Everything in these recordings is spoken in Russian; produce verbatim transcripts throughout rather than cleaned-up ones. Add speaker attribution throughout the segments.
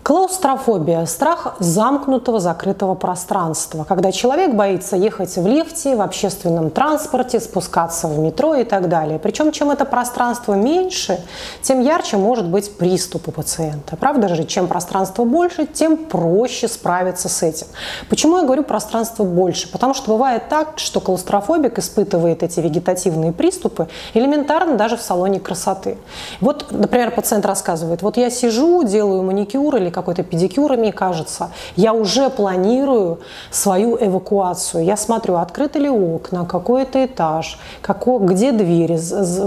Speaker 1: Клаустрофобия – страх замкнутого, закрытого пространства, когда человек боится ехать в лифте, в общественном транспорте, спускаться в метро и так далее. Причем, чем это пространство меньше, тем ярче может быть приступ у пациента. Правда же, чем пространство больше, тем проще справиться с этим. Почему я говорю пространство больше? Потому что бывает так, что клаустрофобик испытывает эти вегетативные приступы элементарно даже в салоне красоты. Вот, например, пациент рассказывает: вот я сижу, делаю маникюр или какой-то педикюр, и мне кажется, я уже планирую свою эвакуацию. Я смотрю, открыты ли окна, какой это этаж, какой, где двери,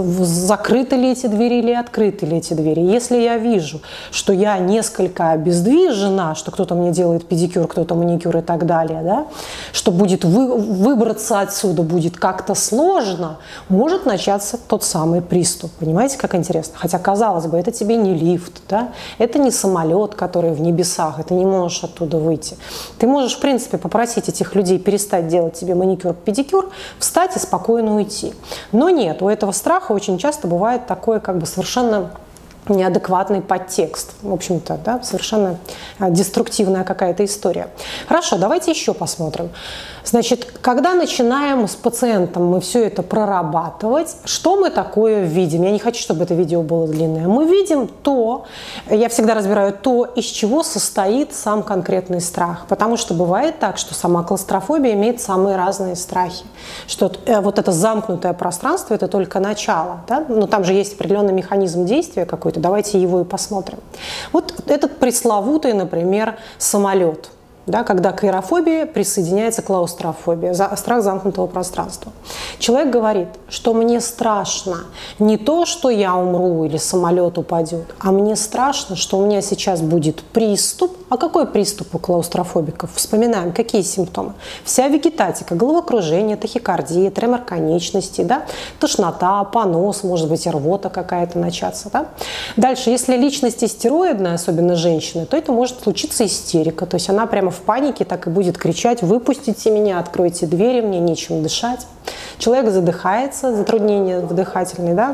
Speaker 1: закрыты ли эти двери или открыты ли эти двери. Если я вижу, что я несколько обездвижена, что кто-то мне делает педикюр, кто-то маникюр и так далее, да, что будет вы, выбраться отсюда будет как-то сложно, может начаться тот самый приступ. Понимаете, как интересно? Хотя, казалось бы, это тебе не лифт, да? Это не самолет, который в небесах, и ты не можешь оттуда выйти. Ты можешь, в принципе, попросить этих людей перестать делать тебе маникюр, педикюр, встать и спокойно уйти. Но нет, у этого страха очень часто бывает такое как бы совершенно неадекватный подтекст. В общем-то, да, совершенно деструктивная какая-то история. Хорошо, давайте еще посмотрим. Значит, когда начинаем с пациентом мы все это прорабатывать, что мы такое видим? Я не хочу, чтобы это видео было длинное. Мы видим то, я всегда разбираю то, из чего состоит сам конкретный страх. Потому что бывает так, что сама клаустрофобия имеет самые разные страхи. Что вот это замкнутое пространство – это только начало. Да? Но там же есть определенный механизм действия какой-то. Давайте его и посмотрим. Вот этот пресловутый, например, самолет. Да, когда к аэрофобии присоединяется клаустрофобия, страх замкнутого пространства. Человек говорит, что мне страшно не то, что я умру или самолет упадет, а мне страшно, что у меня сейчас будет приступ. А какой приступ у клаустрофобиков? Вспоминаем, какие симптомы? Вся вегетатика, головокружение, тахикардия, тремор конечностей, да? Тошнота, понос, может быть и рвота какая-то начаться. Да? Дальше, если личность истероидная, особенно женщины, то это может случиться истерика, то есть она прямо в панике так и будет кричать: выпустите меня, откройте двери, мне нечем дышать. Человек задыхается, затруднение дыхательной, да,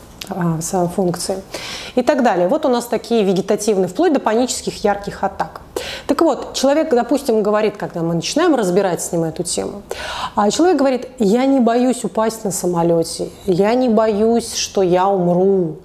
Speaker 1: функции и так далее. Вот у нас такие вегетативные, вплоть до панических ярких атак. Так вот, человек, допустим, говорит, когда мы начинаем разбирать с ним эту тему, а человек говорит: я не боюсь упасть на самолете, я не боюсь, что я умру.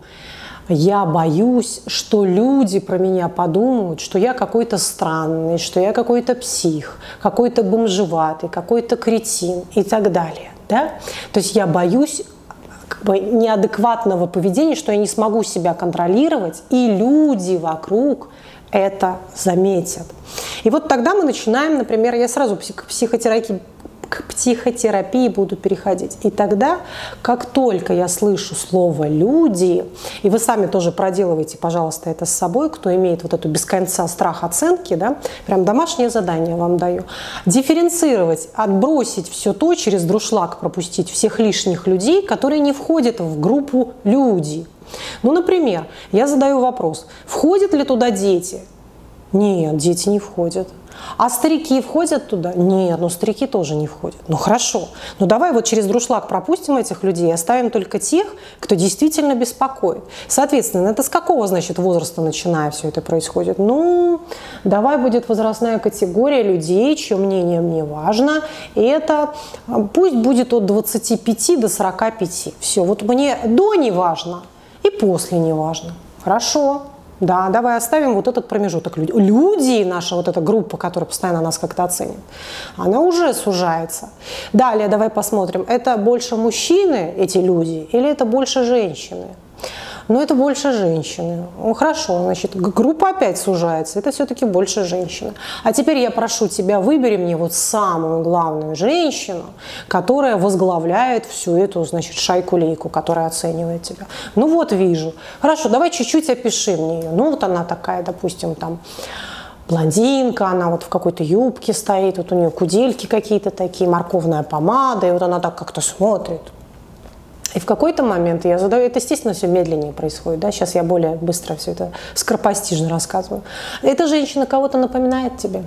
Speaker 1: Я боюсь, что люди про меня подумают, что я какой-то странный, что я какой-то псих, какой-то бомжеватый, какой-то кретин и так далее. Да? То есть я боюсь как бы неадекватного поведения, что я не смогу себя контролировать, и люди вокруг это заметят. И вот тогда мы начинаем, например, я сразу к психотерапии, к психотерапии буду переходить. И тогда, как только я слышу слово «люди», и вы сами тоже проделываете, пожалуйста, это с собой, кто имеет вот эту без конца страх оценки, да, прям домашнее задание вам даю, дифференцировать, отбросить все то, через дуршлаг пропустить всех лишних людей, которые не входят в группу «люди». Ну, например, я задаю вопрос: входят ли туда дети? Нет, дети не входят. А старики входят туда? Нет, ну старики тоже не входят. Ну хорошо, ну давай вот через дуршлаг пропустим этих людей, оставим только тех, кто действительно беспокоит. Соответственно, это с какого, значит, возраста начиная все это происходит? Ну, давай будет возрастная категория людей, чье мнение мне важно. И это пусть будет от двадцати пяти до сорока пяти. Все, вот мне до не важно и после не важно. Хорошо. Да, давай оставим вот этот промежуток. Люди, наша вот эта группа, которая постоянно нас как-то оценит, она уже сужается. Далее давай посмотрим, это больше мужчины, эти люди, или это больше женщины? Ну, это больше женщины. Ну, хорошо, значит, группа опять сужается, это все-таки больше женщины. А теперь я прошу тебя, выбери мне вот самую главную женщину, которая возглавляет всю эту, значит, шайку-лейку, которая оценивает тебя. Ну вот, вижу. Хорошо, давай чуть-чуть опиши мне ее. Ну, вот она такая, допустим, там, блондинка, она вот в какой-то юбке стоит, вот у нее кудельки какие-то такие, морковная помада, и вот она так как-то смотрит. И в какой-то момент я задаю, это, естественно, все медленнее происходит, да, сейчас я более быстро все это скоропостижно рассказываю. Эта женщина кого-то напоминает тебе?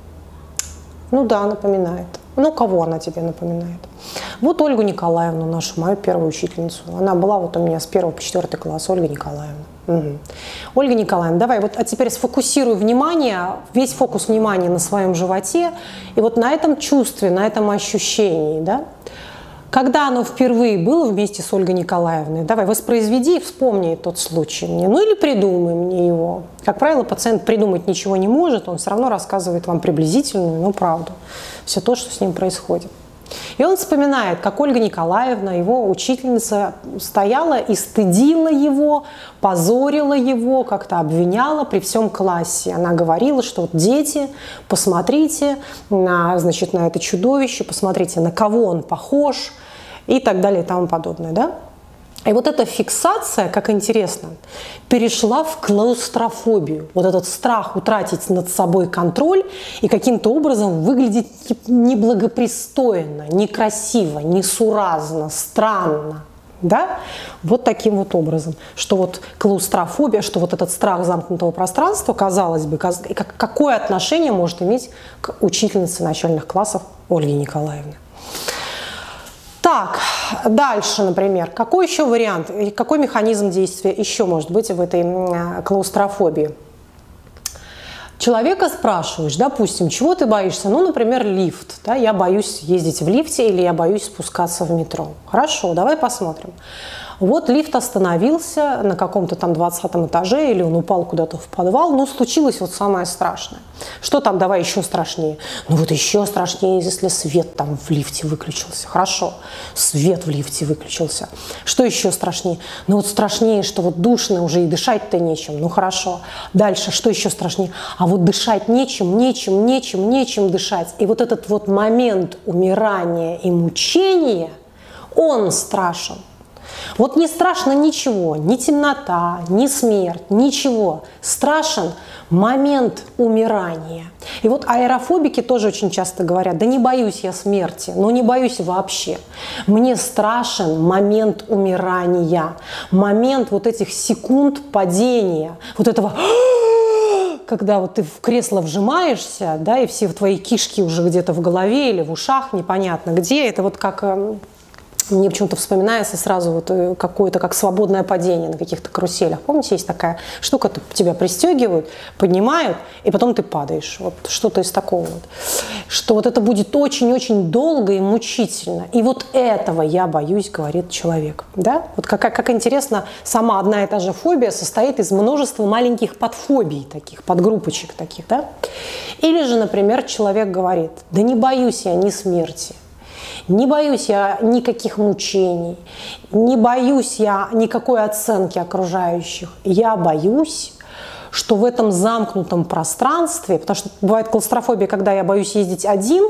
Speaker 1: Ну да, напоминает. Ну, кого она тебе напоминает? Вот Ольгу Николаевну, нашу, мою первую учительницу. Она была вот у меня с первого по четвертый класс, Ольга Николаевна. Угу. Ольга Николаевна, давай вот а теперь сфокусируй внимание, весь фокус внимания на своем животе и вот на этом чувстве, на этом ощущении, да? Когда оно впервые было вместе с Ольгой Николаевной? Давай, воспроизведи и вспомни тот случай мне. Ну или придумай мне его. Как правило, пациент придумать ничего не может, он все равно рассказывает вам приблизительную, но правду. Все то, что с ним происходит. И он вспоминает, как Ольга Николаевна, его учительница, стояла и стыдила его, позорила его, как-то обвиняла при всем классе. Она говорила, что вот дети, посмотрите на, значит, на это чудовище, посмотрите, на кого он похож и так далее и тому подобное. Да? И вот эта фиксация, как интересно, перешла в клаустрофобию. Вот этот страх утратить над собой контроль и каким-то образом выглядеть неблагопристойно, некрасиво, несуразно, странно. Да? Вот таким вот образом. Что вот клаустрофобия, что вот этот страх замкнутого пространства, казалось бы, какое отношение может иметь к учительнице начальных классов Ольге Николаевне. Так, дальше, например, какой еще вариант, какой механизм действия еще может быть в этой клаустрофобии? Человека спрашиваешь, допустим, чего ты боишься? Ну, например, лифт. Да? Я боюсь ездить в лифте или я боюсь спускаться в метро. Хорошо, давай посмотрим. Вот лифт остановился на каком-то там двадцатом этаже, или он упал куда-то в подвал, ну, случилось вот самое страшное. Что там, давай еще страшнее? Ну, вот еще страшнее, если свет там в лифте выключился. Хорошо, свет в лифте выключился. Что еще страшнее? Ну, вот страшнее, что вот душно уже и дышать-то нечем. Ну, хорошо. Дальше, что еще страшнее? А вот дышать нечем, нечем, нечем, нечем дышать. И вот этот вот момент умирания и мучения, он страшен. Вот не страшно ничего, ни темнота, ни смерть, ничего. Страшен момент умирания. И вот аэрофобики тоже очень часто говорят, да не боюсь я смерти, но не боюсь вообще. Мне страшен момент умирания, момент вот этих секунд падения, вот этого... Когда вот ты в кресло вжимаешься, да, и все твои кишки уже где-то в голове или в ушах, непонятно где, это вот как... Мне почему-то вспоминается сразу вот какое-то как свободное падение на каких-то каруселях. Помните, есть такая штука, тебя пристегивают, поднимают, и потом ты падаешь. Вот что-то из такого вот. Что вот это будет очень-очень долго и мучительно. И вот этого я боюсь, говорит человек. Да? Вот как, как интересно, сама одна и та же фобия состоит из множества маленьких подфобий, таких, подгруппочек таких. Да? Или же, например, человек говорит, да не боюсь я ни смерти. Не боюсь я никаких мучений, не боюсь я никакой оценки окружающих. Я боюсь, что в этом замкнутом пространстве, потому что бывает клаустрофобия, когда я боюсь ездить один,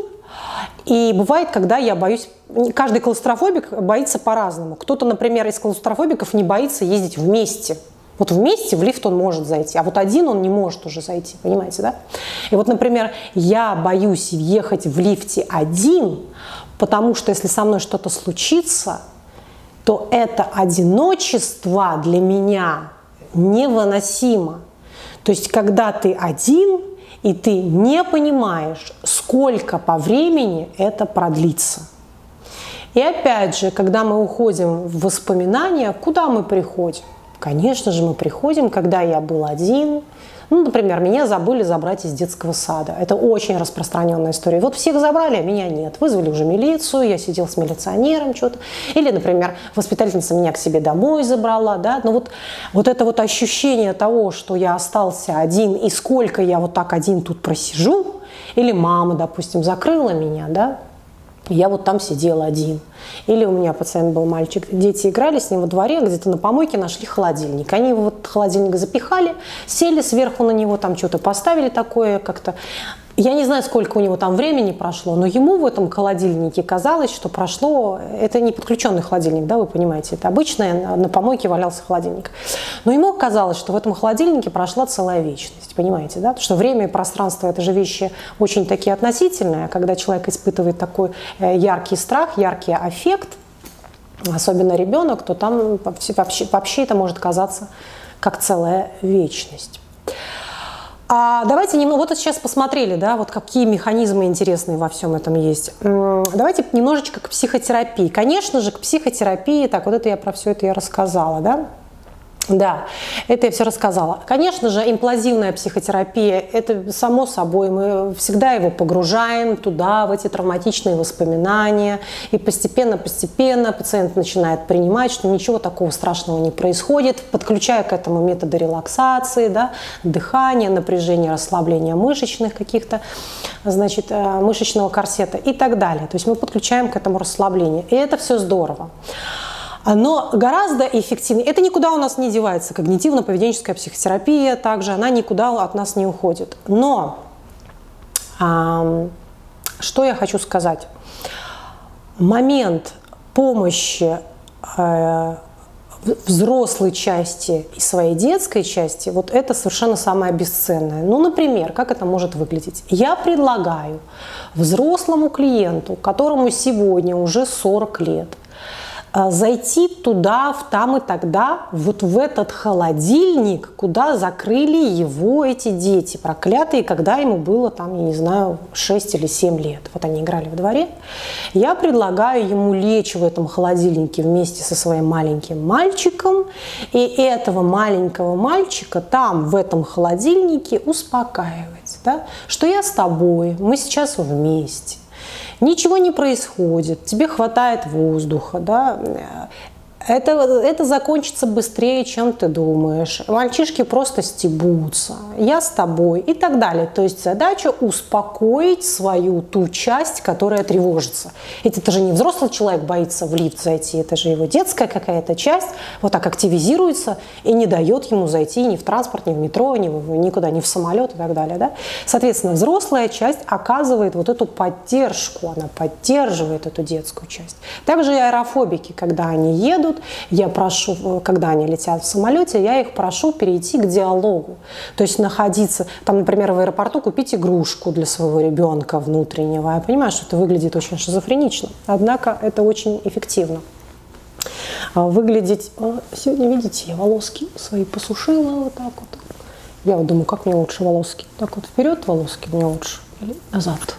Speaker 1: и бывает, когда я боюсь, каждый клаустрофобик боится по-разному. Кто-то, например, из клаустрофобиков не боится ездить вместе. Вот вместе в лифт он может зайти, а вот один он не может уже зайти, понимаете, да? И вот, например, я боюсь ехать в лифте один, потому что если со мной что-то случится, то это одиночество для меня невыносимо. То есть, когда ты один, и ты не понимаешь, сколько по времени это продлится. И опять же, когда мы уходим в воспоминания, куда мы приходим? Конечно же, мы приходим, когда я был один. Ну, например, меня забыли забрать из детского сада. Это очень распространенная история. Вот всех забрали, а меня нет. Вызвали уже милицию, я сидел с милиционером что-то. Или, например, воспитательница меня к себе домой забрала. Да? Но вот, вот это вот ощущение того, что я остался один, и сколько я вот так один тут просижу, или мама, допустим, закрыла меня, да? Я вот там сидела один. Или у меня пациент был мальчик, дети играли с ним во дворе, где-то на помойке нашли холодильник. Они его вот холодильник запихали, сели сверху на него, там что-то поставили такое как-то. Я не знаю, сколько у него там времени прошло, но ему в этом холодильнике казалось, что прошло... Это не подключенный холодильник, да, вы понимаете, это обычный, на помойке валялся холодильник. Но ему казалось, что в этом холодильнике прошла целая вечность, понимаете, да? Потому что время и пространство – это же вещи очень такие относительные. Когда человек испытывает такой яркий страх, яркий аффект, особенно ребенок, то там вообще, вообще, вообще это может казаться как целая вечность. А давайте немного, вот сейчас посмотрели, да, вот какие механизмы интересные во всем этом есть. Давайте немножечко к психотерапии. Конечно же, к психотерапии, так, вот это я про все это я рассказала, да. Да, это я все рассказала. Конечно же, имплазивная психотерапия, это само собой, мы всегда его погружаем туда, в эти травматичные воспоминания, и постепенно-постепенно пациент начинает принимать, что ничего такого страшного не происходит, подключая к этому методы релаксации, да, дыхания, напряжения, расслабления мышечных каких-то, значит, мышечного корсета и так далее. То есть мы подключаем к этому расслаблению, и это все здорово. Но гораздо эффективнее, это никуда у нас не девается, когнитивно-поведенческая психотерапия также, она никуда от нас не уходит. Но э, что я хочу сказать? Момент помощи э, взрослой части и своей детской части, вот это совершенно самое бесценное. Ну, например, как это может выглядеть? Я предлагаю взрослому клиенту, которому сегодня уже сорок лет, зайти туда, в там и тогда, вот в этот холодильник, куда закрыли его эти дети проклятые, когда ему было там, я не знаю, шесть или семь лет. Вот они играли во дворе. Я предлагаю ему лечь в этом холодильнике вместе со своим маленьким мальчиком, и этого маленького мальчика там, в этом холодильнике, успокаивать, да? Что я с тобой, мы сейчас вместе. Ничего не происходит, тебе хватает воздуха, да? Это, это закончится быстрее, чем ты думаешь. Мальчишки просто стебутся. Я с тобой и так далее. То есть задача успокоить свою ту часть, которая тревожится. Ведь это же не взрослый человек боится в лифт зайти, это же его детская какая-то часть вот так активизируется и не дает ему зайти ни в транспорт, ни в метро, ни в, никуда, ни в самолет и так далее. Да? Соответственно, взрослая часть оказывает вот эту поддержку, она поддерживает эту детскую часть. Также и аэрофобики, когда они едут, я прошу, когда они летят в самолете, я их прошу перейти к диалогу. То есть находиться, там, например, в аэропорту купить игрушку для своего ребенка внутреннего. Я понимаю, что это выглядит очень шизофренично, однако это очень эффективно. Выглядеть... Сегодня, видите, я волоски свои посушила вот так вот. Я вот думаю, как мне лучше волоски? Так вот вперед волоски мне лучше или назад?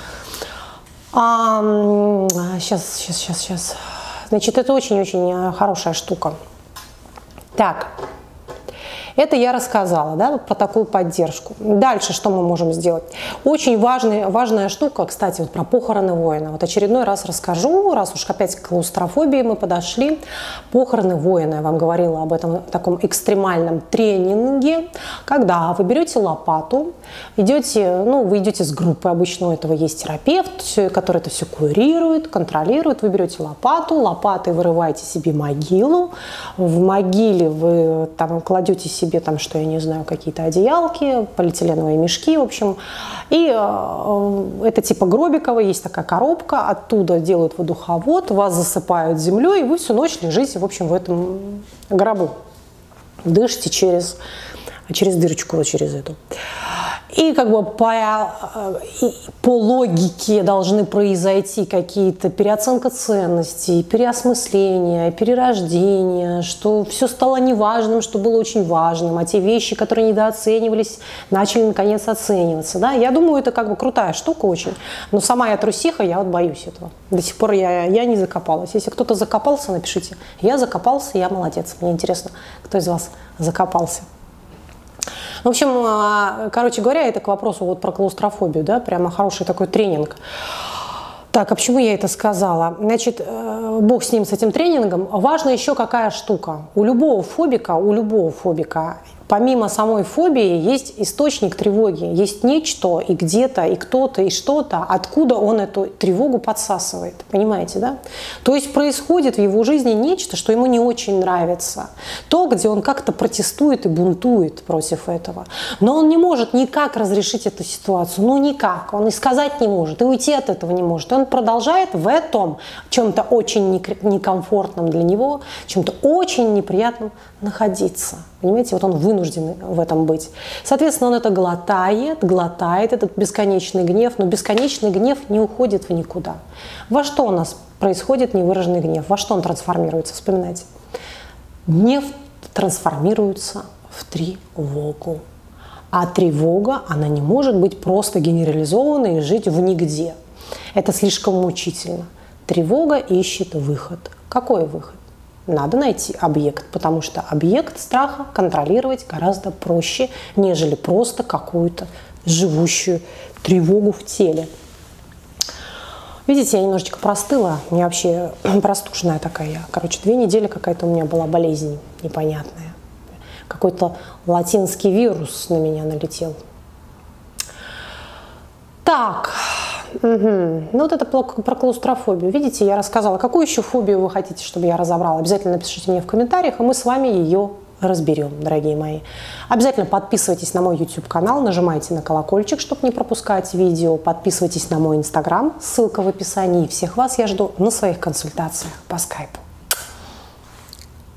Speaker 1: А, сейчас, сейчас, сейчас, сейчас... Значит, это очень-очень хорошая штука. Так, это я рассказала, да, про такую поддержку. Дальше что мы можем сделать? Очень важный, важная штука, кстати, вот про похороны воина. Вот очередной раз расскажу, раз уж опять к клаустрофобии мы подошли. Похороны воина, я вам говорила об этом таком экстремальном тренинге, когда вы берете лопату, идете, ну, вы идете с группой, обычно у этого есть терапевт, который это все курирует, контролирует. Вы берете лопату, лопатой вырываете себе могилу, в могиле вы там кладете себе там, что я не знаю, какие-то одеялки, полиэтиленовые мешки, в общем. И э, это типа гробиково, есть такая коробка, оттуда делают водоход, вас засыпают землей, и вы всю ночь лежите, в общем, в этом гробу. Дышите через, через дырочку, через эту. И как бы по, по логике должны произойти какие-то переоценка ценностей, переосмысления, перерождения, что все стало неважным, что было очень важным, а те вещи, которые недооценивались, начали наконец оцениваться. Да? Я думаю, это как бы крутая штука очень, но сама я трусиха, я вот боюсь этого. До сих пор я, я не закопалась. Если кто-то закопался, напишите. Я закопался, я молодец. Мне интересно, кто из вас закопался. В общем, короче говоря, это к вопросу вот про клаустрофобию, да, прямо хороший такой тренинг. Так, а почему я это сказала? Значит, бог с ним, с этим тренингом. Важна еще какая штука. У любого фобика, у любого фобика, помимо самой фобии, есть источник тревоги. Есть нечто и где-то, и кто-то, и что-то, откуда он эту тревогу подсасывает. Понимаете, да? То есть происходит в его жизни нечто, что ему не очень нравится. То, где он как-то протестует и бунтует против этого. Но он не может никак разрешить эту ситуацию. Ну никак. Он и сказать не может, и уйти от этого не может. Он продолжает в этом чем-то очень некомфортном для него, чем-то очень неприятном находиться. Понимаете, вот он вынужден в этом быть. Соответственно, он это глотает, глотает, этот бесконечный гнев, но бесконечный гнев не уходит в никуда. Во что у нас происходит невыраженный гнев? Во что он трансформируется? Вспоминайте. Гнев трансформируется в тревогу. А тревога, она не может быть просто генерализованной и жить в нигде. Это слишком мучительно. Тревога ищет выход. Какой выход? надо найти объект, потому что объект страха контролировать гораздо проще, нежели просто какую-то живущую тревогу в теле. Видите, я немножечко простыла, у меня вообще простужная такая я. Короче, две недели какая-то у меня была болезнь непонятная. Какой-то латинский вирус на меня налетел. Так, угу. Ну вот это про клаустрофобию. Видите, я рассказала. Какую еще фобию вы хотите, чтобы я разобрала? Обязательно напишите мне в комментариях, и мы с вами ее разберем, дорогие мои. Обязательно подписывайтесь на мой YouTube-канал, нажимайте на колокольчик, чтобы не пропускать видео. Подписывайтесь на мой Instagram, ссылка в описании. И всех вас я жду на своих консультациях по скайпу.